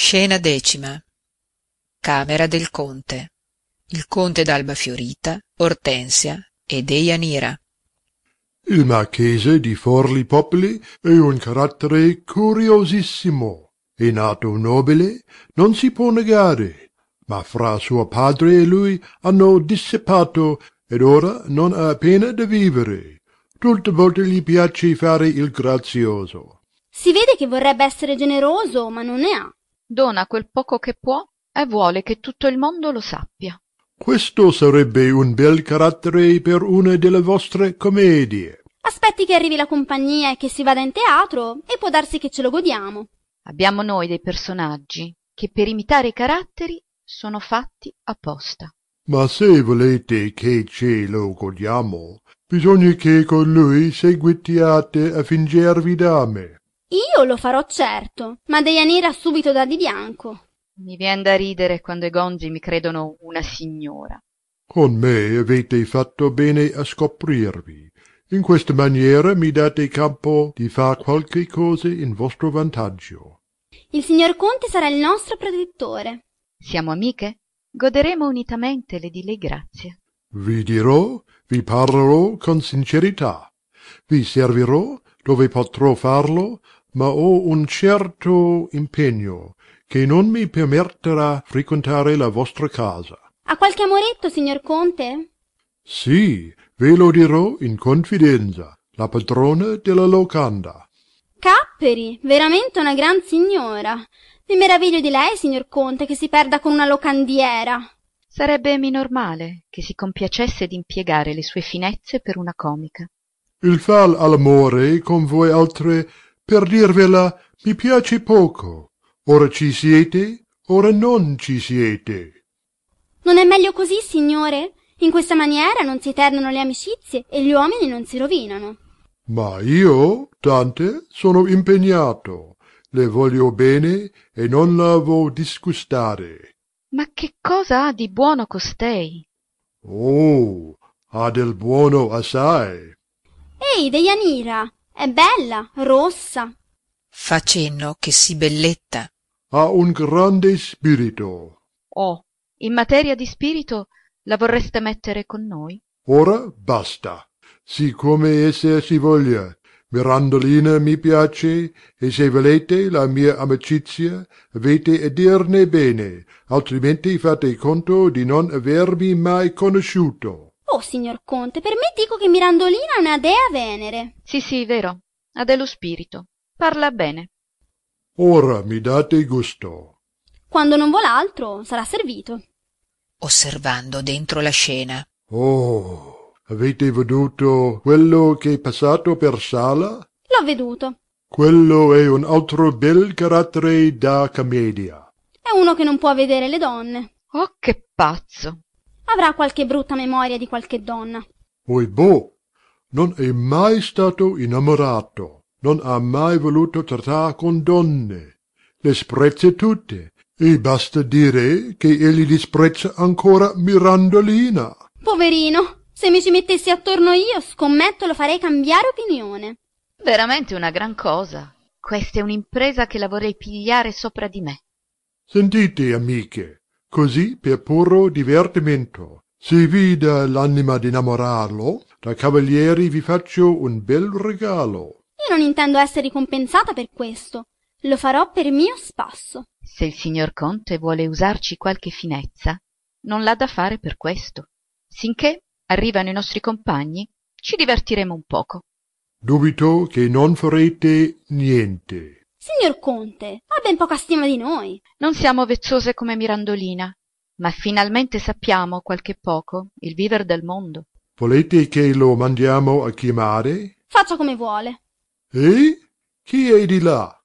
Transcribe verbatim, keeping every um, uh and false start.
Scena decima. Camera del conte. Il conte d'Alba Fiorita, Ortensia e Deianira. Il marchese di Forli Popoli è un carattere curiosissimo. È nato nobile, non si può negare, ma fra suo padre e lui hanno dissipato ed ora non ha pena da vivere. Tutte volte gli piace fare il grazioso. Si vede che vorrebbe essere generoso, ma non ne ha. Dona quel poco che può e vuole che tutto il mondo lo sappia. Questo sarebbe un bel carattere per una delle vostre commedie. Aspetti che arrivi la compagnia e che si vada in teatro e può darsi che ce lo godiamo. Abbiamo noi dei personaggi che per imitare i caratteri sono fatti apposta. Ma se volete che ce lo godiamo, bisogna che con lui seguitiate a fingervi dame. Io lo farò certo, ma Deianira subito dà di bianco. Mi vien da ridere quando i gonzi mi credono una signora. Con me avete fatto bene a scoprirvi. In questa maniera mi date campo di far qualche cosa in vostro vantaggio. Il signor conte sarà il nostro protettore. Siamo amiche? Goderemo unitamente le di lei grazie. Vi dirò, vi parlerò con sincerità. Vi servirò dove potrò farlo, ma ho un certo impegno che non mi permetterà frequentare la vostra casa. Ha qualche amoretto, signor conte? Sì, ve lo dirò in confidenza, la padrona della locanda. Capperi, veramente una gran signora. Mi meraviglio di lei, signor conte, che si perda con una locandiera. Sarebbe minor male che si compiacesse di impiegare le sue finezze per una comica. Il far all'amore con voi altre, per dirvela, mi piace poco. Ora ci siete, ora non ci siete. Non è meglio così, signore? In questa maniera non si eternano le amicizie e gli uomini non si rovinano. Ma io, tante, sono impegnato. Le voglio bene e non la vo disgustare. Ma che cosa ha di buono costei? Oh, ha del buono assai. Ehi, Deianira, è bella, rossa. Fa cenno che si belletta. Ha un grande spirito. Oh, in materia di spirito la vorreste mettere con noi? Ora basta. Siccome esser si voglia, Mirandolina mi piace, e se volete la mia amicizia avete a dirne bene, altrimenti fate conto di non avermi mai conosciuto. Oh, signor conte, per me dico che Mirandolina è una dea Venere. Sì, sì, vero. Ha dello spirito. Parla bene. Ora mi date gusto. Quando non vuol altro, sarà servito. Osservando dentro la scena. Oh, avete veduto quello che è passato per sala? L'ho veduto. Quello è un altro bel carattere da commedia. È uno che non può vedere le donne. Oh, che pazzo! Avrà qualche brutta memoria di qualche donna. Oibò, non è mai stato innamorato, non ha mai voluto trattare con donne. Le sprezza tutte, e basta dire che egli disprezza ancora Mirandolina. Poverino, se mi ci mettessi attorno io, scommetto lo farei cambiare opinione. Veramente una gran cosa. Questa è un'impresa che la vorrei pigliare sopra di me. Sentite, amiche, così per puro divertimento, se vi dà l'anima d'innamorarlo, da cavalieri vi faccio un bel regalo. Io non intendo essere ricompensata per questo. Lo farò per mio spasso. Se il signor conte vuole usarci qualche finezza, non l'ha da fare per questo. Sinché arrivano i nostri compagni, ci divertiremo un poco. Dubito che non farete niente. Signor conte, ha ben poca stima di noi. Non siamo vezzose come Mirandolina, ma finalmente sappiamo qualche poco il viver del mondo. Volete che lo mandiamo a chiamare? Faccia come vuole. Eh? Chi è di là?